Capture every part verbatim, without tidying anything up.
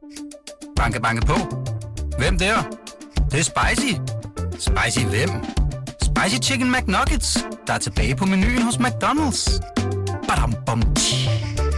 Banke, banke på. Hvem der? Det, det er spicy. Spicy hvem? Spicy Chicken McNuggets, der er tilbage på menuen hos McDonald's. Badum, bom, tji.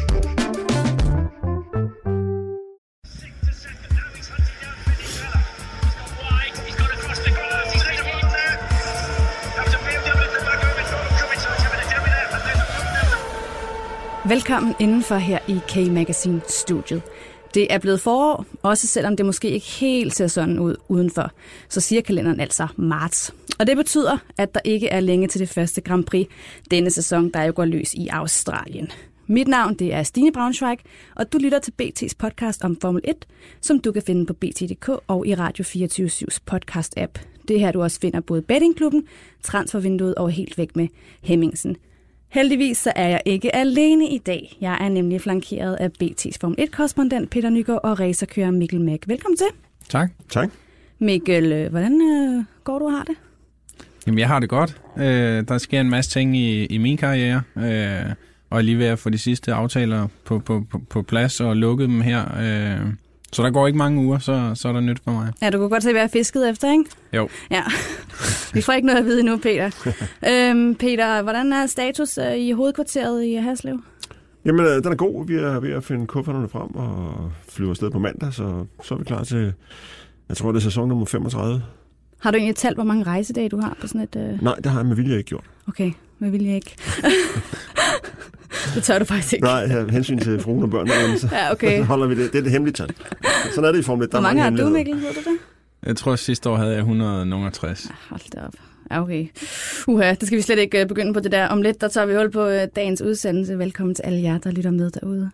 Velkommen indenfor her i K-Magazine-studiet. Det er blevet forår, også selvom det måske ikke helt ser sådan ud udenfor, så siger kalenderen altså marts. Og det betyder, at der ikke er længe til det første Grand Prix denne sæson, der jo går løs i Australien. Mit navn det er Stine Braunschweig, og du lytter til B T's podcast om Formel et, som du kan finde på B T punktum d k og i Radio fireogtyve syvs podcast-app. Det er her, du også finder både bettingklubben, transfervinduet og Helt væk med Hemmingsen. Heldigvis så er jeg ikke alene i dag. Jeg er nemlig flankeret af B T's Formel et-korrespondent Peter Nygaard og racerkører Mikkel Mack. Velkommen til. Tak. Tak. Mikkel, hvordan øh, går du og har det? Jamen, jeg har det godt. Øh, der sker en masse ting i, i min karriere, øh, og lige ved at få de sidste aftaler på, på, på, på plads og lukke dem her. Øh, så der går ikke mange uger, så, så er der nyt for mig. Ja, du kunne godt se, hvad jeg fiskede efter, ikke? Jo. Ja. Vi får ikke noget at vide endnu, Peter. øhm, Peter, hvordan er status øh, i hovedkvarteret i Haslev? Jamen, øh, den er god. Vi er ved at finde kufferterne frem og flyve afsted på mandag, så, så er vi klar til, jeg tror, det er sæson nummer femogtredive. Har du egentlig talt, hvor mange rejsedage du har på sådan et... Øh... Nej, det har jeg med vilje ikke gjort. Okay, med vilje ikke. Det tør du faktisk ikke. Nej, jeg hensyn til fruen og børnene, så, ja, okay. så holder vi det. Det er det hemmelige tal. Sådan er det i Formel et. Hvor mange, mange har du, Mikkel? Ved du det? Jeg tror, at sidste år havde jeg et hundrede og tres. Ja, hold da op. Ja, okay. Uha, det skal vi slet ikke begynde på det der. Om lidt, der tager vi hul på dagens udsendelse. Velkommen til alle jer, der lytter med derude.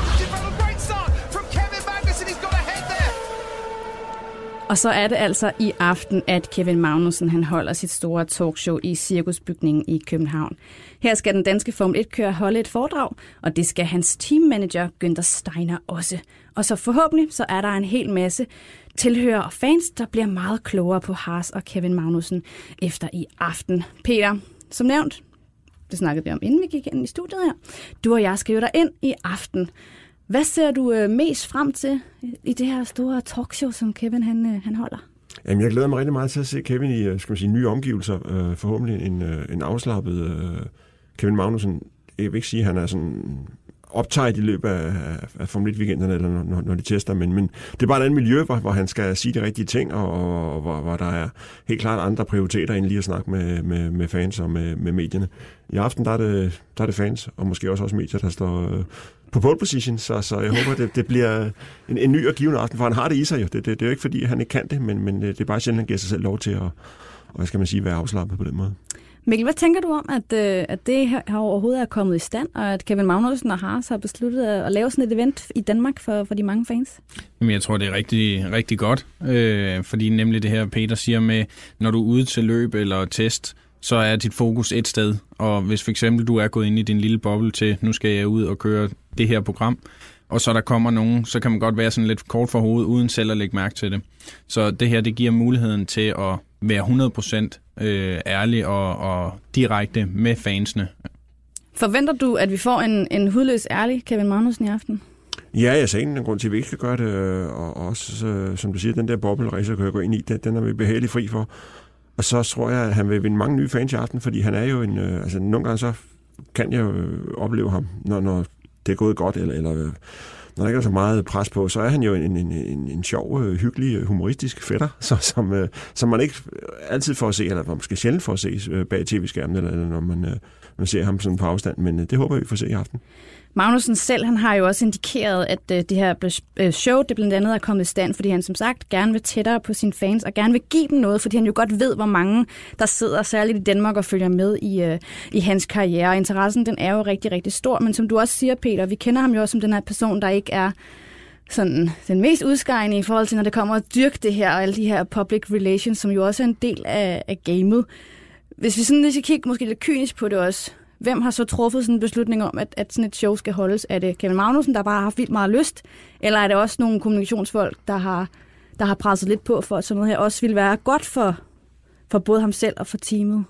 Og så er det altså i aften, at Kevin Magnussen han holder sit store talkshow i Cirkusbygningen i København. Her skal den danske Formel et-kører holde et foredrag, og det skal hans teammanager Günther Steiner også. Og så forhåbentlig så er der en hel masse tilhørere og fans, der bliver meget klogere på Haas og Kevin Magnussen efter i aften. Peter, som nævnt, det snakkede vi om, inden vi gik ind i studiet her. Du og jeg skal jo ind i aften. Hvad ser du mest frem til i det her store talkshow, som Kevin han, han holder? Jamen, jeg glæder mig rigtig meget til at se Kevin i skal man sige, nye omgivelser. Uh, forhåbentlig en, uh, en afslappet uh, Kevin Magnussen. Jeg vil ikke sige, at han er sådan optaget i løbet af, af Formel et-weekenderne, eller når, når de tester, men, men det er bare et andet miljø, hvor, hvor han skal sige de rigtige ting, og, og, og hvor, hvor der er helt klart andre prioriteter, end lige at snakke med, med, med fans og med, med medierne. I aften, der er, det, der er det fans, og måske også også medier, der står uh, på pole position, så, så jeg håber, det, det bliver en, en ny og givende aften, for han har det i sig jo. Det, det, det er jo ikke, fordi han ikke kan det, men, men det er bare sjældent, han giver sig selv lov til at, og, hvad skal man sige, være afslappet på den måde. Mikkel, hvad tænker du om, at, at det her overhovedet er kommet i stand, og at Kevin Magnussen og Haas har besluttet at lave sådan et event i Danmark for, for de mange fans? Jamen, jeg tror, det er rigtig, rigtig godt, øh, fordi nemlig det her, Peter siger med, når du er ude til løb eller test, så er dit fokus et sted, og hvis for eksempel du er gået ind i din lille boble til, nu skal jeg ud og køre det her program, og så der kommer nogen, så kan man godt være sådan lidt kort for hovedet, uden selv at lægge mærke til det. Så det her, det giver muligheden til at være hundrede procent øh, ærlig og, og direkte med fansene. Forventer du, at vi får en, en hudløs ærlig Kevin Magnussen i aften? Ja, jeg ser ingen grund til, at vi ikke skal gøre det, og også, som du siger, den der boble-racer, kan jeg gå ind i, den, den er vi behageligt fri for. Og så tror jeg, at han vil vinde mange nye fans i aften, fordi han er jo en... Øh, altså, nogle gange så kan jeg jo opleve ham, når, når det er gået godt, eller, eller øh, når der ikke er så meget pres på, så er han jo en, en, en, en sjov, øh, hyggelig, humoristisk fætter, så, som, øh, som man ikke altid får at se, eller måske sjældent får at se øh, bag tv-skærmen, eller, eller når man, øh, man ser ham sådan på afstand, men øh, det håber vi får se i aften. Magnussen selv, han har jo også indikeret, at øh, det her show, det blandt andet er kommet i stand, fordi han som sagt gerne vil tættere på sine fans, og gerne vil give dem noget, fordi han jo godt ved, hvor mange der sidder særligt i Danmark og følger med i, øh, i hans karriere. Og interessen, den er jo rigtig, rigtig stor, men som du også siger, Peter, vi kender ham jo også som den her person, der ikke er sådan den mest udskejende i forhold til, når det kommer at dyrke det her, og alle de her public relations, som jo også er en del af, af gamet. Hvis vi sådan lige skal kigge måske lidt kynisk på det også, hvem har så truffet sådan en beslutning om, at, at sådan et show skal holdes? Er det Kevin Magnussen, der bare har haft vildt meget lyst? Eller er det også nogle kommunikationsfolk, der har, der har presset lidt på for, at sådan noget her også ville være godt for, for både ham selv og for teamet?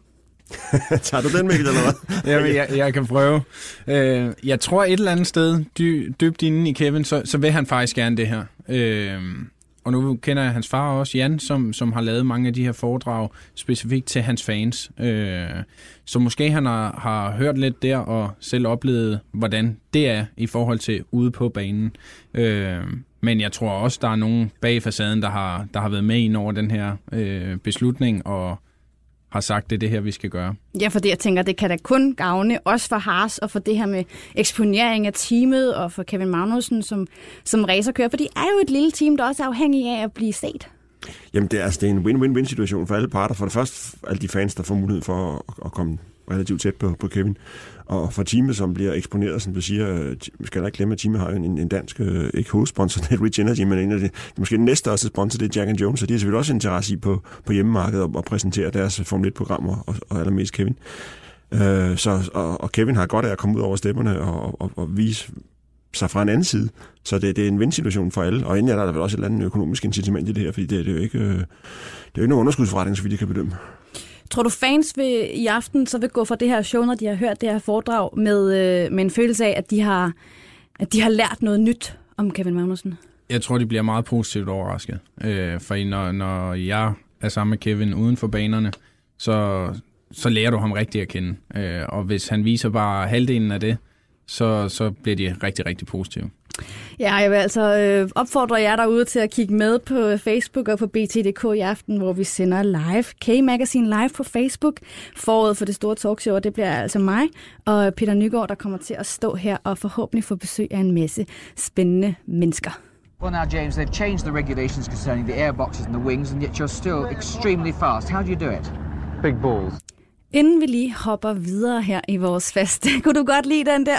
Tager du den, Mikkel, eller hvad? Jamen, jeg, jeg kan prøve. Øh, jeg tror et eller andet sted, dy, dybt inde i Kevin, så, så vil han faktisk gerne det her. Øh, og nu kender jeg hans far også, Jan, som, som har lavet mange af de her foredrag specifikt til hans fans. Øh, så måske han har, har hørt lidt der og selv oplevet, hvordan det er i forhold til ude på banen. Øh, men jeg tror også, der er nogen bag facaden, der har, der har været med ind over den her øh, beslutning og har sagt, det er det her, vi skal gøre. Ja, fordi jeg tænker, det kan da kun gavne, også for Haas og for det her med eksponering af teamet og for Kevin Magnussen som, som racerkører, for de er jo et lille team, der også er afhængig af at blive set. Jamen, det er, altså, det er en win-win-win-situation for alle parter. For det første, alle de fans, der får mulighed for at, at komme relativt tæt på, på Kevin. Og for teamet, som bliver eksponeret, som du siger, skal der ikke glemme, at teamet har en, en dansk, ikke hovedsponsor, det er Rich Energy, men en af de, måske den næste største sponsor, det er Jack and Jones, så de har selvfølgelig også interesse i på, på hjemmemarkedet og, og præsentere deres Formel et-programmer, og, og allermest Kevin. Øh, så, og, og Kevin har godt af at komme ud over stepperne og, og, og vise sig fra en anden side. Så det, det er en vindsituation for alle, og inden er der, der vel også et eller andet økonomisk incitament i det her, fordi det, det er jo ikke, det er jo ikke nogen underskudsforretning, så vidt jeg kan bedømme. Tror du, fans vil, i aften så vil gå fra det her show, når de har hørt det her foredrag, med, øh, med en følelse af, at de, har, at de har lært noget nyt om Kevin Magnussen? Jeg tror, de bliver meget positivt overrasket. Øh, for når, når jeg er sammen med Kevin uden for banerne, så, så lærer du ham rigtig at kende. Øh, og hvis han viser bare halvdelen af det, så, så bliver de rigtig, rigtig positive. Ja, jeg vil altså øh, opfordre jer derude til at kigge med på Facebook og på B T punktum d k i aften, hvor vi sender live. K-Magazine live på Facebook. Forud for det store talkshow, og det bliver altså mig og Peter Nygaard, der kommer til at stå her og forhåbentlig få besøg af en masse spændende mennesker. Well now, James, they've changed the regulations concerning the airboxes and the wings, and yet you're still extremely fast. How do you do it? Big balls. Inden vi lige hopper videre her i vores faste, kunne du godt lide den der?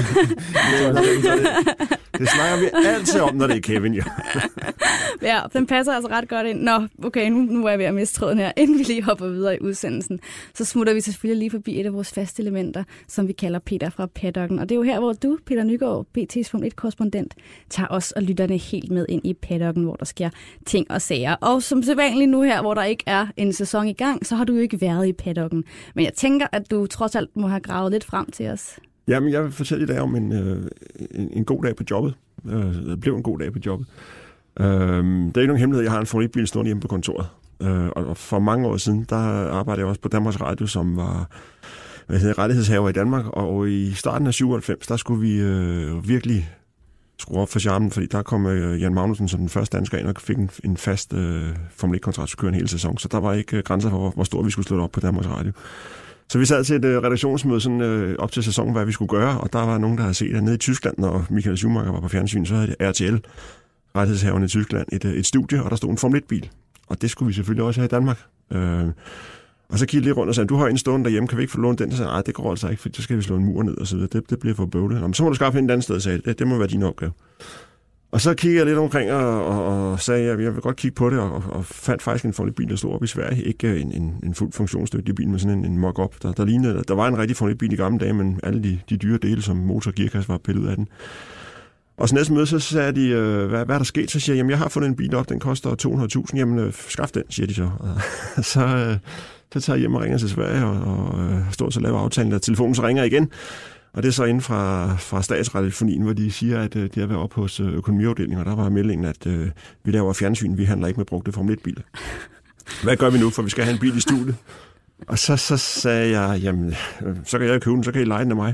Det snakker vi altid om, når det er Kevin, jo. Ja, den passer altså ret godt ind. Nå, okay, nu, nu er jeg ved at miste tråden her. Inden vi lige hopper videre i udsendelsen, så smutter vi selvfølgelig lige forbi et af vores faste elementer, som vi kalder Peter fra paddocken. Og det er jo her, hvor du, Peter Nygaard, B T's Formel et-korrespondent, tager os og lytterne helt med ind i paddocken, hvor der sker ting og sager. Og som sædvanligt nu her, hvor der ikke er en sæson i gang, så har du jo ikke været i paddocken. Men jeg tænker, at du trods alt må have gravet lidt frem til os. Jamen, jeg vil fortælle i dag om en, øh, en, en god dag på jobbet. Øh, det blev en god dag på jobbet. Øh, det er ikke nogen hemmelighed, jeg har en Formel et-bil stående hjemme på kontoret. Øh, og for mange år siden, der arbejdede jeg også på Danmarks Radio, som var hvad hedder, rettighedshaver i Danmark. Og i starten af syvoghalvfems, der skulle vi øh, virkelig skrue op for charmen, fordi der kom øh, Jan Magnussen som den første dansker ind og fik en, en fast øh, Formel et-kontrakt, så køre en hel sæson. Så der var ikke øh, grænser for, hvor, hvor stor vi skulle slå det op på Danmarks Radio. Så vi sad til et øh, redaktionsmøde sådan, øh, op til sæsonen, hvad vi skulle gøre, og der var nogen, der havde set, at nede i Tyskland, når Michael Schumacher var på fjernsyn, så havde R T L, rettighedshaverne i Tyskland, et, et studie, og der stod en Formel et-bil. Og det skulle vi selvfølgelig også have i Danmark. Øh, og så kiggede jeg lidt rundt og sagde, du har en stående derhjemme, kan vi ikke få lånt den? Så sagde jeg, nej, det går altså ikke, for så skal vi slå en mur ned og så videre. Det, det bliver for bøvlet. Nå, så må du skaffe en anden sted, sagde jeg. Det, det må være din opgave. Og så kiggede jeg lidt omkring og, og, og sagde, at jeg vil godt kigge på det, og, og fandt faktisk en Formel et-bil, der stod op i Sverige. Ikke en, en, en fuldt funktionsdygtig bil, men sådan en, en mock-up, der, der lignede. Der var en rigtig Formel et-bil i gamle dage, men alle de, de dyre dele, som motor og gearkasse, var pillet ud af den. Og så næste møde, så sagde de, øh, hvad, hvad er der sket? Så siger jeg, jamen jeg har fundet en bil op, den koster to hundrede tusind. Jamen øh, skaff den, siger de så. Og så, øh, så tager jeg hjem og ringer til Sverige, og, og øh, står så og laver aftalen, og telefonen så ringer igen. Og det er så inden fra, fra statsradiofonien, hvor de siger, at øh, de har været oppe hos øh, økonomiafdelingen, og der var meldingen, at øh, vi laver fjernsyn, vi handler ikke med brugte Formel et-biler. Hvad gør vi nu, for vi skal have en bil i studiet? Og så, så sagde jeg, jamen, øh, så kan jeg købe den, så kan I leje den af mig.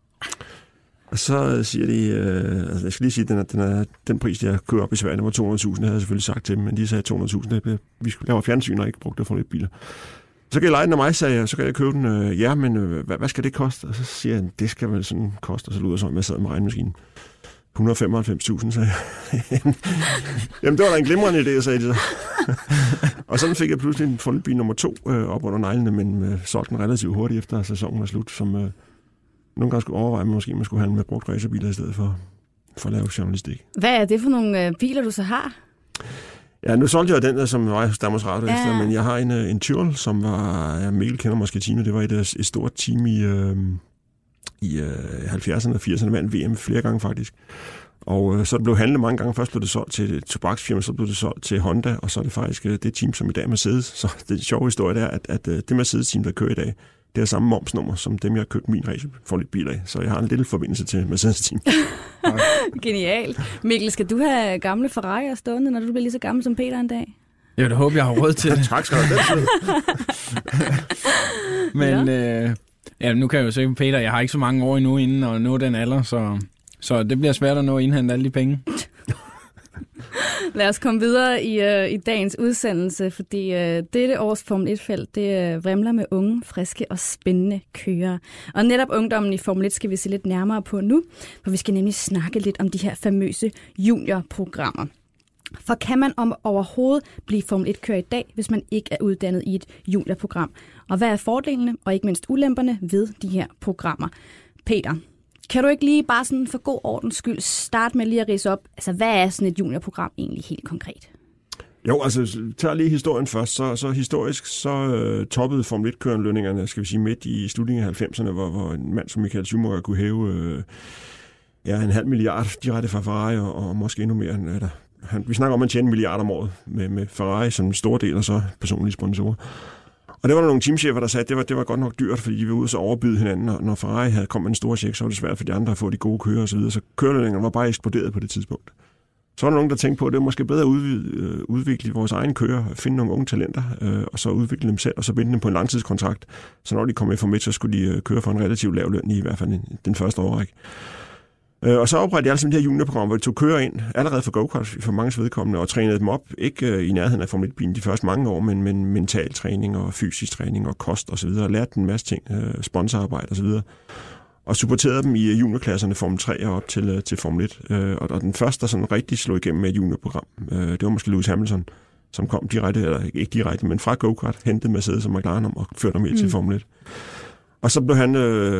Og så siger de, øh, altså jeg skal lige sige, at den, er, den, er, den pris, jeg kører op i Sverige, den var to hundrede tusind, det havde jeg selvfølgelig sagt til dem, men de sagde to hundrede tusind, vi laver fjernsyn og ikke brugte Formel et-biler. Så kan jeg leje den af mig, sagde jeg, så kan jeg købe den. Øh, ja, men øh, hvad, hvad skal det koste? Og så siger jeg, det skal vel sådan koste, og så lyder det som, jeg sad med regnemaskinen. et hundrede og femoghalvfems tusind, sagde jeg. Jamen, det var da en glimrende idé, sagde de så. Og sådan fik jeg pludselig en Formel et-bil nummer to øh, op under neglene, men øh, solgte den relativt hurtigt efter sæsonen var slut, som øh, nogle gange skulle overveje, at måske man skulle handle med brugt racerbiler i stedet for, for at lave journalistik. Hvad er det for nogle øh, biler, du så har? Ja, nu solgte jeg den der, som var hos Danmarks Radio ja. Ekstra, men jeg har en, en Tyrrell, som var, ja, Mikkel kender måske teamet, det var et, et stort team i, øh, i øh, halvfjerdserne og firserne, vandt V M flere gange faktisk. Og øh, så det blev handlet mange gange. Først blev det solgt til et tobaksfirma, så blev det solgt til Honda, og så er det faktisk øh, det team, som i dag er Mercedes. Så det sjove historie er, at, at øh, det Mercedes-team, der kører i dag, det er samme momsnummer, som dem, jeg har købt min race Formel et bil af. Så jeg har en lille forbindelse til Mercedes-team. Genialt. Mikkel, skal du have gamle Ferrari'er stående, når du bliver lige så gammel som Peter en dag? Jeg vil da håbe, jeg har råd til det. Tak skal du have. Men ja. Øh, ja, nu kan jeg jo se på Peter, jeg har ikke så mange år endnu inden og nå den alder, så, så det bliver svært at nå at indhente alle de penge. Lad os komme videre i, uh, i dagens udsendelse, fordi uh, dette års Formel et-felt, det uh, vrimler med unge, friske og spændende kørere. Og netop ungdommen i Formel et skal vi se lidt nærmere på nu, for vi skal nemlig snakke lidt om de her famøse juniorprogrammer. For kan man om overhovedet blive Formel et-kører i dag, hvis man ikke er uddannet i et juniorprogram? Og hvad er fordelene og ikke mindst ulemperne ved de her programmer? Peter, kan du ikke lige bare sådan for god ordens skyld starte med lige at ridse op, altså hvad er sådan et juniorprogram egentlig helt konkret? Jo, altså tager lige historien først. Så, så historisk så øh, toppede Formel et-køren lønningerne, skal vi sige, midt i slutningen af halvfemserne, hvor, hvor en mand som Michael Schumacher kunne hæve øh, ja, en halv milliard direkte fra Ferrari, og, og måske endnu mere. End, der. Han, vi snakker om, at man tjener en milliard om året med, med Ferrari som en stor del, og så personlige sponsorer. Og det var der nogle teamchefer, der sagde, at det var, det var godt nok dyrt, fordi de ville ud og så overbyde hinanden, og når Ferrari havde kommet en stor check, så var det svært for de andre at få de gode kører og så videre. Så kørelønningerne var bare eksploderet på det tidspunkt. Så var der nogen, der tænkte på, at det var måske bedre at udvide, udvikle vores egen kører, finde nogle unge talenter, øh, og så udvikle dem selv, og så binde dem på en langtidskontrakt. Så når de kom med for midt, så skulle de øh, køre for en relativt lav løn, i hvert fald den første årrække. Øh, og så oprettede de altså de her juniorprogrammer, hvor de tog kører ind, allerede for go-kart for mange vedkommende, og trænede dem op, ikke øh, i nærheden af Formel et-bilen de første mange år, men, men mental træning og fysisk træning og kost osv., og lærte dem en masse ting, øh, sponsorarbejde osv., og supporterede dem i juniorklasserne Formel tre og op til, til Formel et. Øh, og, og den første, der sådan rigtig slog igennem med et juniorprogram, øh, det var måske Lewis Hamilton, som kom direkte, eller ikke direkte, men fra go-kart, hentede Mercedes og McLaren om og førte dem helt mm. til Formel et. Og så blev han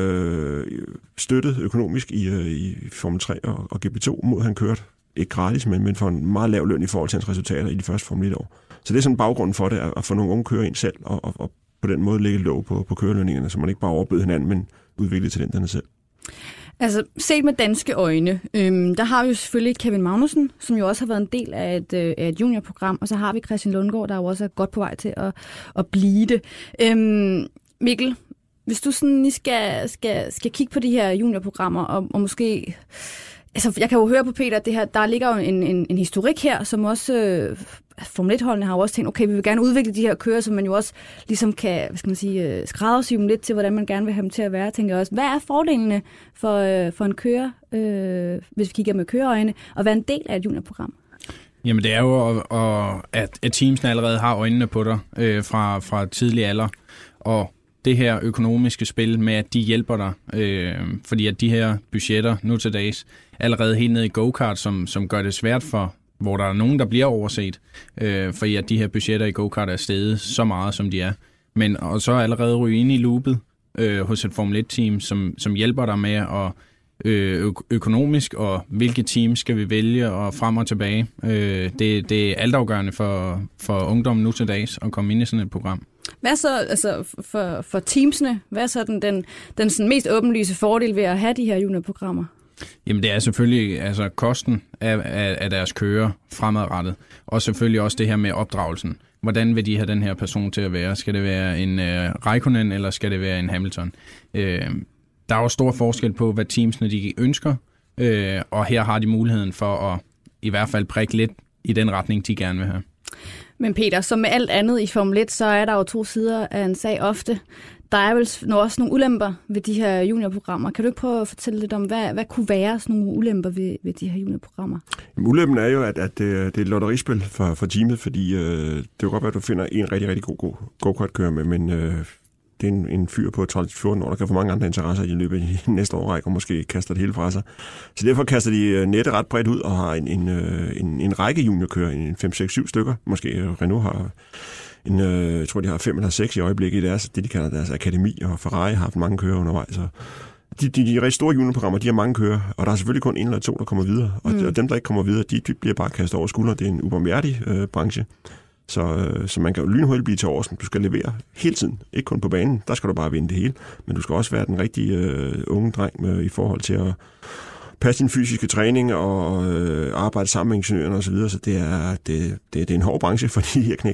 øh, støttet økonomisk i, øh, i Formel tre og, og G P to, mod han kørte ikke gratis, men, men for en meget lav løn i forhold til hans resultater i de første Formel et-år. Så det er sådan baggrunden for det, at, at få nogle unge kører ind selv, og, og, og på den måde lægge låg på, på kørelønningerne, så man ikke bare overbød hinanden, men udvikle talenterne selv. Altså, set med danske øjne, øhm, der har vi jo selvfølgelig Kevin Magnussen, som jo også har været en del af et, øh, af et juniorprogram, og så har vi Christian Lundgaard, der jo også er godt på vej til at, at blive det. Øhm, Mikkel, hvis du sådan lige skal, skal, skal kigge på de her juniorprogrammer, og, og måske... Altså, jeg kan jo høre på Peter, at det her, der ligger jo en, en, en historik her, som også... Øh, Formel et-holdene har jo også tænkt, okay, vi vil gerne udvikle de her kører, så man jo også ligesom kan, hvad skal man sige, skræddersy dem lidt til, hvordan man gerne vil have dem til at være. Jeg tænker også, hvad er fordelene for, øh, for en kører, øh, hvis vi kigger med køreøjne, og være en del af et juniorprogram? Jamen det er jo, at, at teamsene allerede har øjnene på dig øh, fra, fra tidlig alder, og det her økonomiske spil med, at de hjælper dig, øh, fordi at de her budgetter nu til dags allerede helt ned i go-kart, som, som gør det svært for, hvor der er nogen, der bliver overset, øh, fordi at de her budgetter i go-kart er steget så meget, som de er. Men og så allerede ryge ind i loopet øh, hos et Formel et-team, som, som hjælper dig med at øh, ø- økonomisk, og hvilke team skal vi vælge, og frem og tilbage. Øh, det, det er altafgørende for, for ungdommen nu til dags at komme ind i sådan et program. Hvad så altså, for, for teamsene? Hvad er så den, den, den sådan mest åbenlyse fordel ved at have de her juniorprogrammer? Jamen det er selvfølgelig altså kosten af, af, af deres kører fremadrettet, og selvfølgelig også det her med opdragelsen. Hvordan vil de have den her person til at være? Skal det være en øh, Raikkonen, eller skal det være en Hamilton? Øh, der er jo stor forskel på, hvad teamsene de ønsker, øh, og her har de muligheden for at i hvert fald prikke lidt i den retning, de gerne vil have. Men Peter, som med alt andet i Formel et, så er der jo to sider af en sag ofte. Der er vel også nogle ulemper ved de her juniorprogrammer. Kan du ikke prøve at fortælle lidt om, hvad, hvad kunne være sådan nogle ulemper ved, ved de her juniorprogrammer? Ulempen er jo, at, at det, det er et lotterispil for, for teamet, fordi øh, det kan godt være, at du finder en rigtig, rigtig god go-kart-kører med, men øh, det er en, en fyr på tolv til fjorten år, der kan få mange andre interesser i løbet af næste årrække, og måske kaster det hele fra sig. Så derfor kaster de nettet ret bredt ud og har en, en, en, en række juniorkører, en fem, seks, syv stykker. Måske Renault har... En, øh, jeg tror, de har fem eller seks i øjeblikket i deres, det de kalder deres akademi, og Ferrari har haft mange kører undervejs. Så de, de, de rigtig store juniorprogrammer, de har mange kører, og der er selvfølgelig kun en eller to, der kommer videre. Og, mm. og dem, der ikke kommer videre, de, de bliver bare kastet over skulderen. Det er en ubarmhjertig øh, branche. Så, øh, så man kan jo lynhurtigt blive til årsen. Du skal levere hele tiden. Ikke kun på banen, der skal du bare vinde det hele. Men du skal også være den rigtige øh, unge dreng med, i forhold til at passe din fysiske træning og øh, arbejde sammen med ingeniørerne osv. Så, så det er, det, det, det er en hård branche for de her knægte.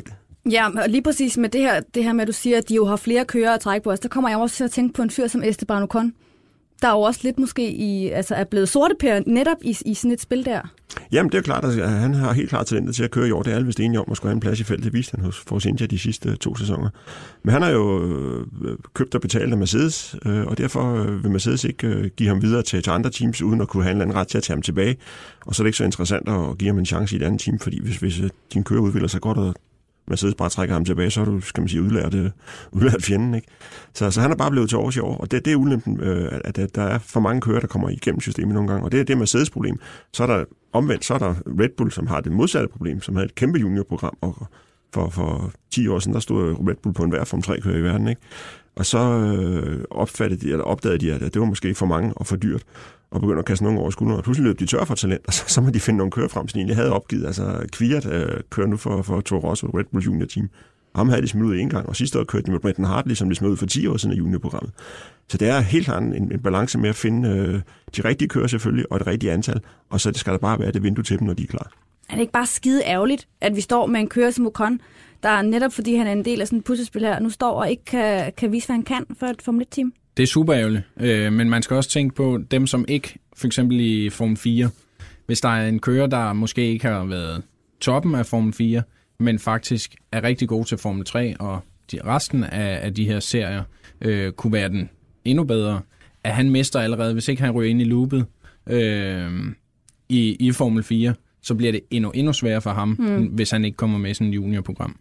Ja, og lige præcis med det her, det her med, at du siger, at de jo har flere kører at trække på os, der kommer jeg også til at tænke på en fyr som Esteban Ocon, der er jo også lidt måske i, altså er blevet sortepære netop i, i sådan et spil der. Jamen, det er klart, at han har helt klart talentet til at køre i år. Det er alle vist enige om at skulle have en plads i feltet. Det viste han hos Force India de sidste to sæsoner. Men han har jo købt og betalt af Mercedes, og derfor vil Mercedes ikke give ham videre til, til andre teams, uden at kunne have en eller anden ret til at tage ham tilbage. Og så er det ikke så interessant at give ham en chance i et andet team, fordi hvis, hvis din kører udvikler sig godt, og Mercedes bare trækker ham tilbage, så er du, skal man sige, udlært, udlært fjenden, ikke? Så, så han er bare blevet til års i år, og det, det er ulempen, at, at der er for mange kører, der kommer igennem systemet nogle gange, og det er det Mercedes problem. Så er der omvendt, så er der Red Bull, som har det modsatte problem, som havde et kæmpe juniorprogram, og for, for ti år siden, der stod Red Bull på enhver Formel tre-kører i verden, ikke? Og så øh, opfattede de, eller opdagede de, at det var måske for mange og for dyrt, og begynder at kaste nogen over skulderen, og pludselig løb de tør for talent, og så, så må de finde nogle kører frem, som egentlig havde opgivet. Altså, Kvyat øh, kører nu for, for Toro Rosso, Red Bull Junior Team. Og ham havde de smidt ud en gang, og sidste år kørte de med Brendan Hartley, som de smed ud for ti år siden af juniorprogrammet. Så det er helt klart en, en balance med at finde øh, de rigtige kører selvfølgelig, og det rigtige antal, og så skal der bare være det vindue til dem, når de er klar. Er det ikke bare skide ærgerligt, at vi står med en kører som Ocon, der netop fordi han er en del af sådan et puslespil her, nu står og ikke kan, kan vise, hvad han kan for et Formel et-team? Det er super ærgerligt, øh, men man skal også tænke på dem, som ikke, for eksempel i Formel fire, hvis der er en kører, der måske ikke har været toppen af Formel fire, men faktisk er rigtig god til Formel tre, og de, resten af, af de her serier øh, kunne være den endnu bedre, at han mister allerede, hvis ikke han ryger ind i loopet øh, i, i Formel fire, så bliver det endnu, endnu sværere for ham, hmm. hvis han ikke kommer med i sådan et juniorprogram.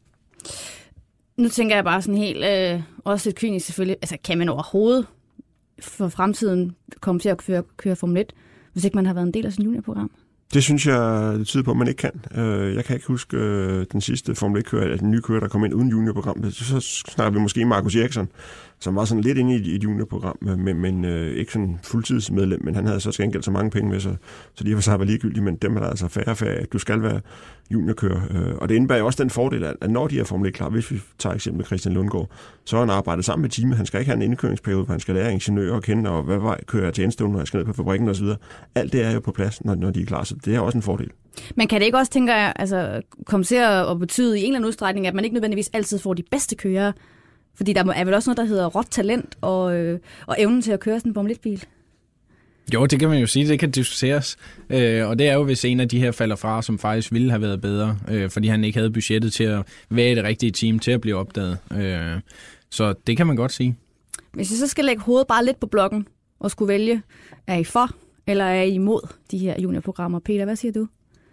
Nu tænker jeg bare sådan helt, øh, også lidt kynisk selvfølgelig, altså kan man overhovedet for fremtiden komme til at køre, køre Formel et, hvis ikke man har været en del af sådan et juniorprogram? Det synes jeg, det tyder på, at man ikke kan. Jeg kan ikke huske den sidste Formel et-kører, at den nye kører, der kom ind uden juniorprogram. Så snakker vi måske Marcus Ericsson, som var sådan lidt inde i et juniorprogram, men, men øh, ikke sådan fuldtidsmedlem, men han havde så til gengæld så mange penge med, så, så de for sig var ligegyldige, men dem er der altså færre og færre, at du skal være juniorkører. Øh, og det indebærer også den fordel, at når de er Formel et klar, hvis vi tager eksempel Christian Lundgaard, så har han arbejdet sammen med teamet. Han skal ikke have en indkøringsperiode, hvor han skal lære ingeniører at kende, og hvad vej kører jeg til endstående, når jeg skal ned på fabrikken osv. Alt det er jo på plads, når, når de er klar, så det er også en fordel. Men kan det ikke også, tænker jeg, altså, komme til at betyde i en eller anden udstrækning, at man ikke nødvendigvis altid får de bedste kører? Fordi der er vel også noget, der hedder råt talent og, øh, og evnen til at køre sådan en Formel et-bil. Jo, det kan man jo sige, det kan diskuteres. Øh, og det er jo, hvis en af de her falder fra, som faktisk ville have været bedre, øh, fordi han ikke havde budgettet til at være i det rigtige team til at blive opdaget. Øh, så det kan man godt sige. Hvis I så skal lægge hovedet bare lidt på blokken og skulle vælge, er I for eller er I imod de her juniorprogrammer? Peter, hvad siger du?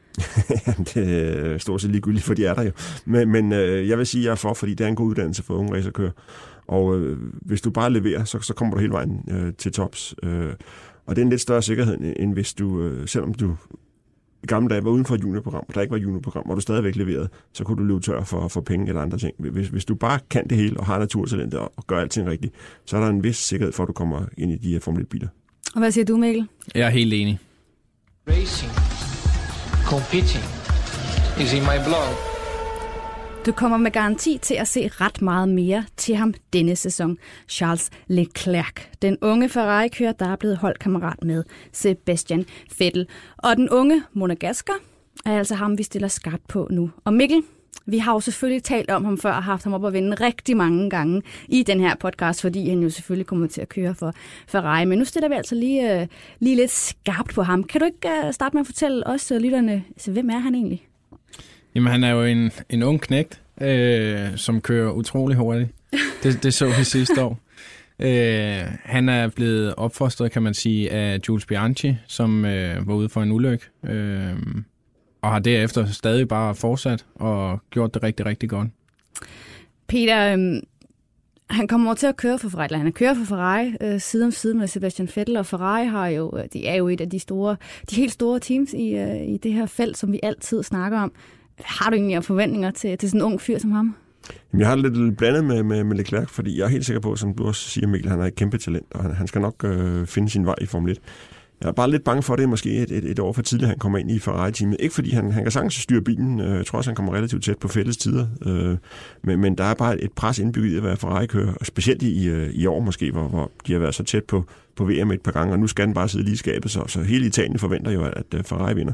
Det er stort set ligegyldigt, for de er der jo. Men, men øh, jeg vil sige, at jeg er for, fordi det er en god uddannelse for unge racerkører. Og øh, hvis du bare leverer, så, så kommer du hele vejen øh, til tops. Øh, og det er en lidt større sikkerhed, end hvis du, øh, selvom du i gamle dage var uden for et juniorprogram, og der ikke var et juniorprogram, og du stadigvæk leverede, så kunne du løbe tør for, for penge eller andre ting. Hvis, hvis du bare kan det hele, og har naturtalentet, og, og gør alting rigtigt, så er der en vis sikkerhed for, at du kommer ind i de her Formel et-biler. Og hvad siger du, Mikkel? Jeg er helt enig. Racing, competing is in my blood. Du kommer med garanti til at se ret meget mere til ham denne sæson. Charles Leclerc, den unge Ferrari-kører, der er blevet holdkammerat med Sebastian Vettel. Og den unge monegasker er altså ham, vi stiller skarpt på nu. Og Mikkel, vi har jo selvfølgelig talt om ham før og haft ham op at vinde rigtig mange gange i den her podcast, fordi han jo selvfølgelig kommer til at køre for Ferrari. Men nu stiller vi altså lige, lige lidt skarpt på ham. Kan du ikke starte med at fortælle os lytterne, så hvem er han egentlig? Jamen, han er jo en, en ung knægt, øh, som kører utrolig hurtigt. Det, det så vi sidste år. Øh, han er blevet opfostret, kan man sige, af Jules Bianchi, som øh, var ude for en ulykke. Øh, og har derefter stadig bare fortsat og gjort det rigtig, rigtig godt. Peter, øh, han kommer til at køre for Ferrari, eller han kører for Ferrari øh, side om side med Sebastian Vettel, og Ferrari har jo, de er jo et af de store, de helt store teams i, øh, i det her felt, som vi altid snakker om. Har du egentlig forventninger til, til sådan en ung fyr som ham? Jeg har det lidt blandet med, med, med Leclerc, fordi jeg er helt sikker på, som du også siger, Mikkel, han har et kæmpe talent, og han, han skal nok øh, finde sin vej i Formel et. Jeg er bare lidt bange for, at det er måske et, et, et år for tidligt, han kommer ind i Ferrari-teamet. Ikke fordi han, han kan sagtens styre bilen. Jeg tror også, han kommer relativt tæt på fælles tider. Øh, men, men der er bare et pres indbygget i at være Ferrari-kører, og specielt i, i år måske, hvor, hvor de har været så tæt på, på V M et par gange, og nu skal den bare sidde lige i skabet, så, så hele Italien forventer jo, at, at Ferrari vinder.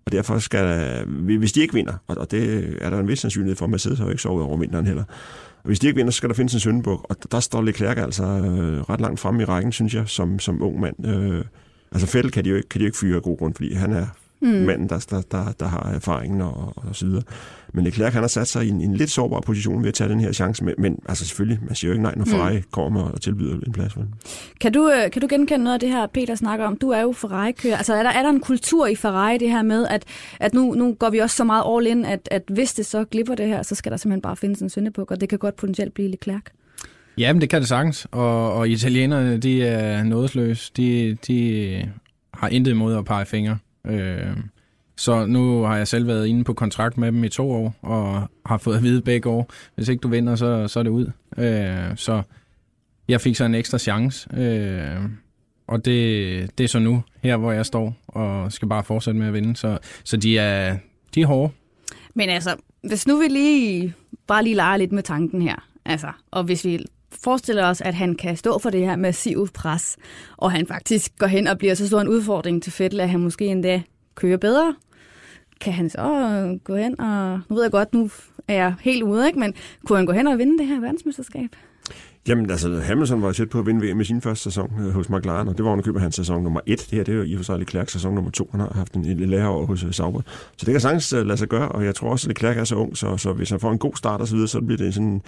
Og derfor skal, hvis de ikke vinder, og det er der en vis sandsynlighed for, at Mercedes har jo ikke sovet over vinteren heller, og hvis de ikke vinder, så skal der findes en syndebuk, og der står Leclerc altså øh, ret langt fremme i rækken, synes jeg, som, som ung mand. Øh, altså Vettel kan de jo ikke, kan de jo ikke fyre af god grund, fordi han er mm. manden, der, der, der, der har erfaringen og, og så videre. Men Leclerc, han har sat sig i en, en lidt sårbar position ved at tage den her chance, men, men altså selvfølgelig, man siger jo ikke nej, når Ferrari mm. kommer og tilbyder en plads for den. Kan du, kan du genkende noget af det her, Peter snakker om? Du er jo Ferrari-kører. Altså er der, er der en kultur i Ferrari, det her med, at, at nu, nu går vi også så meget all in, at, at hvis det så glipper det her, så skal der simpelthen bare findes en syndebuk, og det kan godt potentielt blive Leclerc. Jamen, det kan det sagtens, og, og italienerne, de er nådesløse. De, de har intet imod at pege fingre. Øh, Så nu har jeg selv været inde på kontrakt med dem i to år, og har fået at vide begge år, hvis ikke du vinder, så, så er det ud. Øh, så jeg fik så en ekstra chance, øh, og det, det er så nu, her hvor jeg står, og skal bare fortsætte med at vinde. Så, så de, er, de er hårde. Men altså, hvis nu vi lige, bare lige leger lidt med tanken her, altså, og hvis vi forestiller os, at han kan stå for det her massive pres, og han faktisk går hen og bliver så stor en udfordring til Vettel, at han måske endda kører bedre, kan han så gå hen og... Nu ved jeg godt, nu er jeg helt ude, ikke? Men kunne han gå hen og vinde det her verdensmesterskab? Jamen, altså, Hamilton var tæt på at vinde V M i sin første sæson øh, hos McLaren, og det var underkøbet hans sæson nummer et. Det her, det er jo i og for sig Leclerc sæson nummer to. Han har haft en, en lærer over hos uh, Sauber. Så det kan sagtens uh, lade sig gøre, og jeg tror også, at Leclerc er så ung, så, så hvis han får en god start og så videre, så bliver det sådan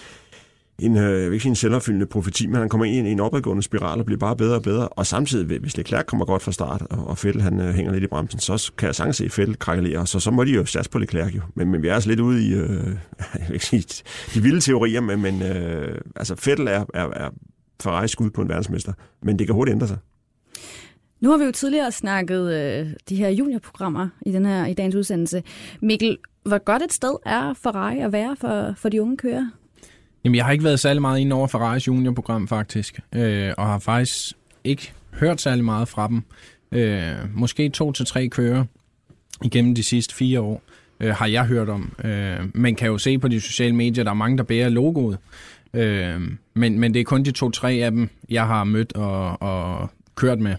en, øh, jeg vil ikke sige en selvopfyldende profeti, men han kommer ind i en opadgående spiral og bliver bare bedre og bedre. Og samtidig, hvis Leclerc kommer godt fra start, og, og Vettel han øh, hænger lidt i bremsen, så kan jeg sagtens se Vettel krakkelere, så så må de jo satse på Leclerc jo. Men, men vi er altså lidt ude i, øh, jeg vil ikke sige, de vilde teorier, men, men øh, altså Vettel er, er, er Ferraris skud på en verdensmester, men det kan hurtigt ændre sig. Nu har vi jo tidligere snakket øh, de her juniorprogrammer i, den her, i dagens udsendelse. Mikkel, hvor godt et sted er Ferrari at være for, for de unge kører? Jamen, jeg har ikke været særlig meget inde over Ferraris juniorprogram, faktisk. Øh, og har faktisk ikke hørt særlig meget fra dem. Øh, måske to til tre kører igennem de sidste fire år, øh, har jeg hørt om. Øh, man kan jo se på de sociale medier, der er mange, der bærer logoet. Øh, men, men det er kun de to-tre af dem, jeg har mødt og, og kørt med.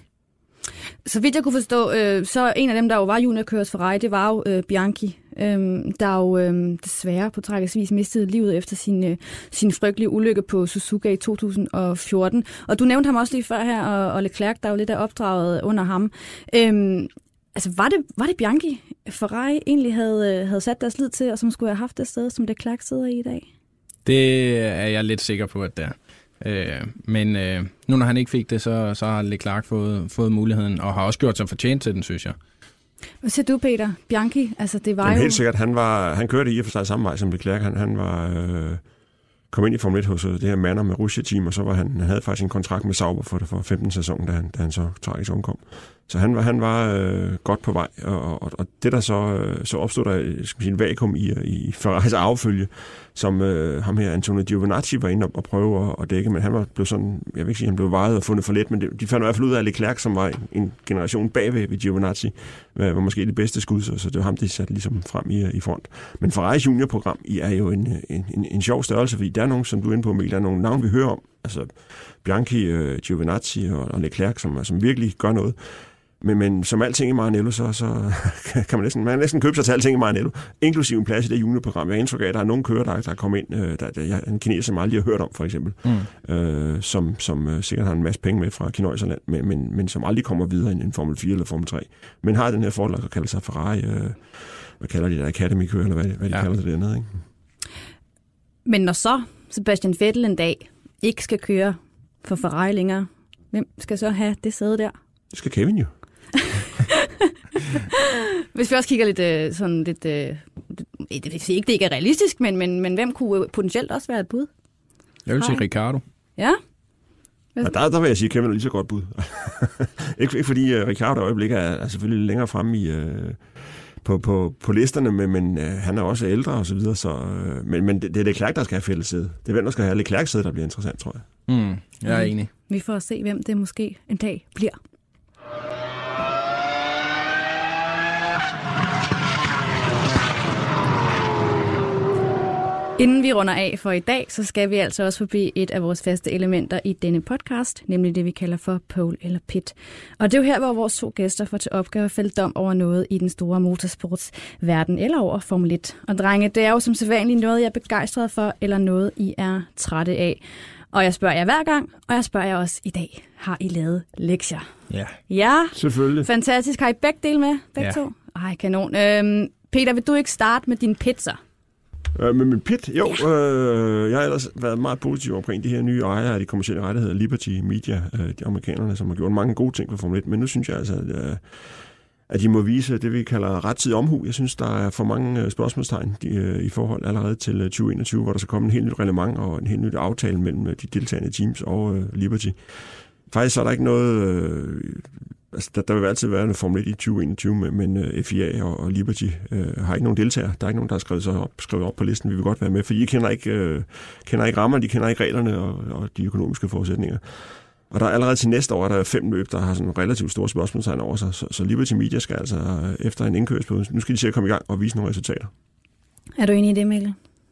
Så vidt jeg kunne forstå, øh, så en af dem, der jo var juniorkørers Ferrari, det var jo øh, Bianchi, øh, der jo øh, desværre på tragisk vis mistede livet efter sin, øh, sin frygtelige ulykke på Suzuka i to tusind og fjorten. Og du nævnte ham også lige før her, og, og Leclerc, der jo lidt er opdraget under ham. Øh, altså, var det, var det Bianchi, Ferrari egentlig havde, havde sat deres lid til, og som skulle have haft det sted, som Leclerc sidder i i dag? Det er jeg lidt sikker på, at det er. Øh, men øh, nu når han ikke fik det, så, så har Leclerc fået, fået muligheden, og har også gjort sig fortjent til den, synes jeg. Hvad siger du, Peter? Bianchi, altså det var Jamen, jo... Helt sikkert, han, var, han kørte i og for sig samme vej som Leclerc. Han, han var... Øh, kom ind i Formel et hos det her Manor med Russia-team, og så var han, han havde faktisk en kontrakt med Sauber for, for femten sæson, da han, da han så tragisk omkom. Så han var, han var øh, godt på vej, og, og, og det der så, øh, så opstod der skal sige, en vakuum i, i Ferraris affølge, som øh, ham her, Antonio Giovinazzi, var inde og, og prøve at, at dække, men han var blevet sådan, jeg vil ikke sige, han blev vejet og fundet for let, men det, de fandt i hvert fald ud af, at Leclerc, som var en, en generation bagved ved Giovinazzi, var, var måske det bedste skud, så, så det var ham, de satte ligesom frem i, i front. Men Ferraris juniorprogram er jo en, en, en, en sjov størrelse, fordi der er nogen, som du er inde på, Mikkel, der er nogle navn, vi hører om, altså Bianchi, øh, Giovinazzi og, og Leclerc, som, som virkelig gør noget. Men, men som alting i Maranello, så, så kan man næsten, man kan næsten købe sig til alting i Maranello, inklusive en plads i det juniorprogram. Jeg har indtryk af, at der er nogle kører, der, der er kommet ind, der, der, en kineser, som jeg aldrig har hørt om, for eksempel, mm. øh, som, som sikkert har en masse penge med fra Kinøjserland, men, men, men som aldrig kommer videre i en Formel fire eller Formel tre, men har den her fordel, der kalder sig Ferrari, øh, hvad kalder de der, Academy-kører, eller hvad, hvad de ja. kalder det dernede, ikke? Men når så Sebastian Vettel en dag ikke skal køre for Ferrari længere, hvem skal så have det sæde der? Det skal Kevin jo. Hvis vi også kigger lidt sådan lidt, det vil sige ikke, det ikke er realistisk, men, men, men hvem kunne potentielt også være et bud? Jeg vil sige Ricardo. Ja? Ja, der, der vil jeg sige, at Kevin er lige så godt bud. ikke, ikke fordi uh, Ricardo i øjeblikket er, er selvfølgelig længere fremme i, uh, på, på, på listerne, men, men uh, han er også ældre og så videre, så, uh, men, men det, det er Leclerc, der skal have fællessæde. Det er hvem, der skal have Leclerc-sæde, der bliver interessant, tror jeg. Mm, jeg er enig. Vi får se, hvem det måske en dag bliver. Inden vi runder af for i dag, så skal vi altså også forbi et af vores faste elementer i denne podcast, nemlig det, vi kalder for pole eller pit. Og det er jo her, hvor vores to gæster får til opgave at fælde dom over noget i den store motorsportsverden eller over Formel et. Og drenge, det er jo som sædvanligt noget, jeg er begejstret for, eller noget, I er trætte af. Og jeg spørger jer hver gang, og jeg spørger jer også i dag. Har I lavet lektier? Ja. Ja, selvfølgelig. Fantastisk. Har I begge dele med? Begge Ja. to? Ej, kanon. Øhm, Peter, vil du ikke starte med din pizza? Øh, med min pit? Jo, øh, jeg har ellers været meget positiv omkring de her nye ejere af de kommercielle rettigheder, Liberty Media, øh, de amerikanerne, som har gjort mange gode ting for Formel et. Men nu synes jeg altså, at, øh, at de må vise det, vi kalder rettidig omhu. Jeg synes, der er for mange øh, spørgsmålstegn de, øh, i forhold allerede til øh, tyve enogtyve, hvor der så kommer en helt nyt reglement og en helt nyt aftale mellem øh, de deltagende teams og øh, Liberty. Faktisk så er der ikke noget... Øh, altså, der, der vil altid være en Formel et i tyve enogtyve, men øh, F I A og, og Liberty øh, har ikke nogen deltagere. Der er ikke nogen, der har skrevet, sig op, skrevet op på listen. Vi vil godt være med, for I kender ikke, øh, kender ikke rammerne, de kender ikke reglerne og, og de økonomiske forudsætninger. Og der er allerede til næste år, der er fem løb, der har sådan relativt store spørgsmålstegn over sig. Så, så Liberty Media skal altså efter en indkørsperiode, nu skal de se at komme i gang og vise nogle resultater. Er du enig i det, Mikkel?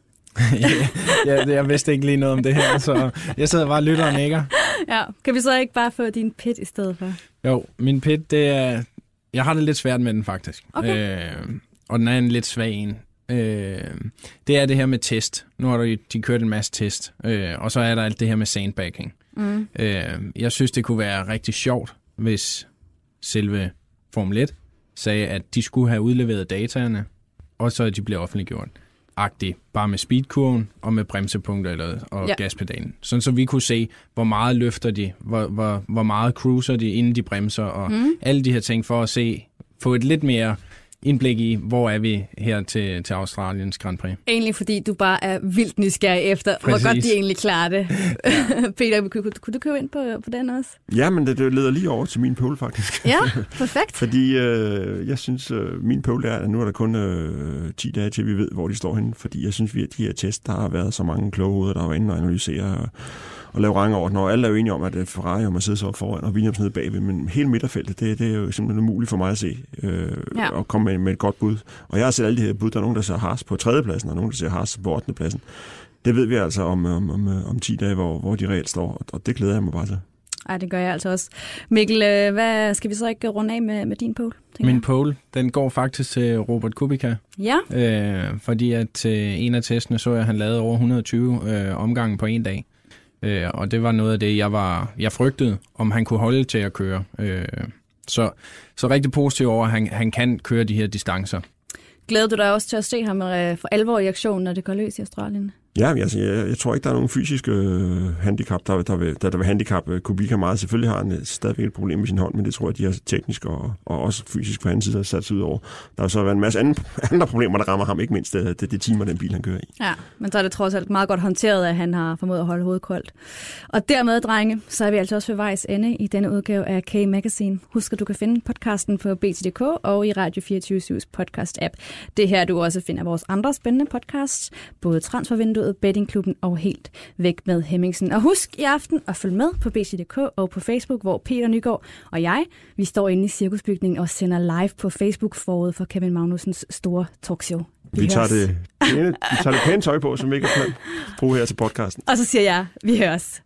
ja, jeg, jeg vidste ikke lige noget om det her, så jeg sidder bare og lytter og nikker. Ja, kan vi så ikke bare få din pit i stedet for? Jo, min pit, det er... Jeg har det lidt svært med den, faktisk. Okay. Øh, og den er en lidt svag en. Øh, det er det her med test. Nu har de, de kørt en masse test. Øh, og så er der alt det her med sandbagging. Mm. Øh, jeg synes, det kunne være rigtig sjovt, hvis selve Formel et sagde, at de skulle have udleveret dataerne, og så de bliver offentliggjort. Agtigt, bare med speedkurven og med bremsepunkter eller, og ja. gaspedalen. Sådan så vi kunne se, hvor meget løfter de, hvor, hvor, hvor meget cruiser de, inden de bremser, og mm. alle de her ting for at se, få et lidt mere indblik i, hvor er vi her til, til Australiens Grand Prix. Egentlig fordi du bare er vildt nysgerrig efter, Præcis. hvor godt de egentlig klarer det. Ja. Peter, kunne, kunne du købe ind på, på den også? Ja, men det, det leder lige over til min pole, faktisk. Ja, perfekt. Fordi øh, jeg synes, øh, min pole er, at nu er der kun øh, ti dage til, vi ved, hvor de står henne. Fordi jeg synes, vi at de her tests, der har været så mange kloge hoveder, der har været inde og analysere og, og lave rangorden. Og alle er jo enige om, at Ferrari og Mercedes er foran, og Williams nede bagved. Men hele midterfeltet, det, det er jo simpelthen umuligt for mig at se øh, ja. og komme med, med et godt bud. Og jeg har set alle de her bud. Der er nogen, der ser Haas på tredjepladsen, og nogen, der ser Haas på ottende pladsen. Det ved vi altså om, om, om, om ti dage, hvor, hvor de reelt står, og det glæder jeg mig bare til. Ej, det gør jeg altså også. Mikkel, hvad skal vi så ikke runde af med, med din pole? Min jeg? pole, den går faktisk til Robert Kubica. Ja. Øh, fordi at til en af testene så jeg, at han lavede over et hundrede og tyve øh, omgange på en dag. Øh, og det var noget af det, jeg var jeg frygtede, om han kunne holde til at køre. Øh, så, så rigtig positivt over, at han, han kan køre de her distancer. Glæder du dig også til at se ham for alvor i aktion, når det går løs i Australien? Ja, altså, jeg, jeg tror ikke, der er nogen fysiske øh, handicap, der, der, vil, der, der vil handicap øh, Kubica meget. Selvfølgelig har han øh, stadigvæk et problem med sin hånd, men det tror jeg, de har teknisk og, og også fysisk på hans side har sat sig ud over. Der har så været en masse andre, andre problemer, der rammer ham, ikke mindst det, det, det team og den bil, han kører i. Ja, men så er det trods alt meget godt håndteret, at han har formået at holde hovedet koldt. Og dermed, drenge, så er vi altså også ved vejs ende i denne udgave af K-Magazine. Husk, at du kan finde podcasten på B T punktum D K og i Radio fireogtyve syv's podcast-app. Det er her, du også finder vores andre spændende podcasts, både Transfervinduet, Bettingklubben og Helt væk med Hemmingsen. Og husk i aften at følge med på B T punktum D K og på Facebook, hvor Peter Nygaard og jeg, vi står inde i Cirkusbygningen og sender live på Facebook forud for Kevin Magnusens store talkshow. Vi, vi tager det pæne, vi tager det pæne tøj på, som vi ikke kan bruge her til podcasten. Og så siger jeg, vi høres.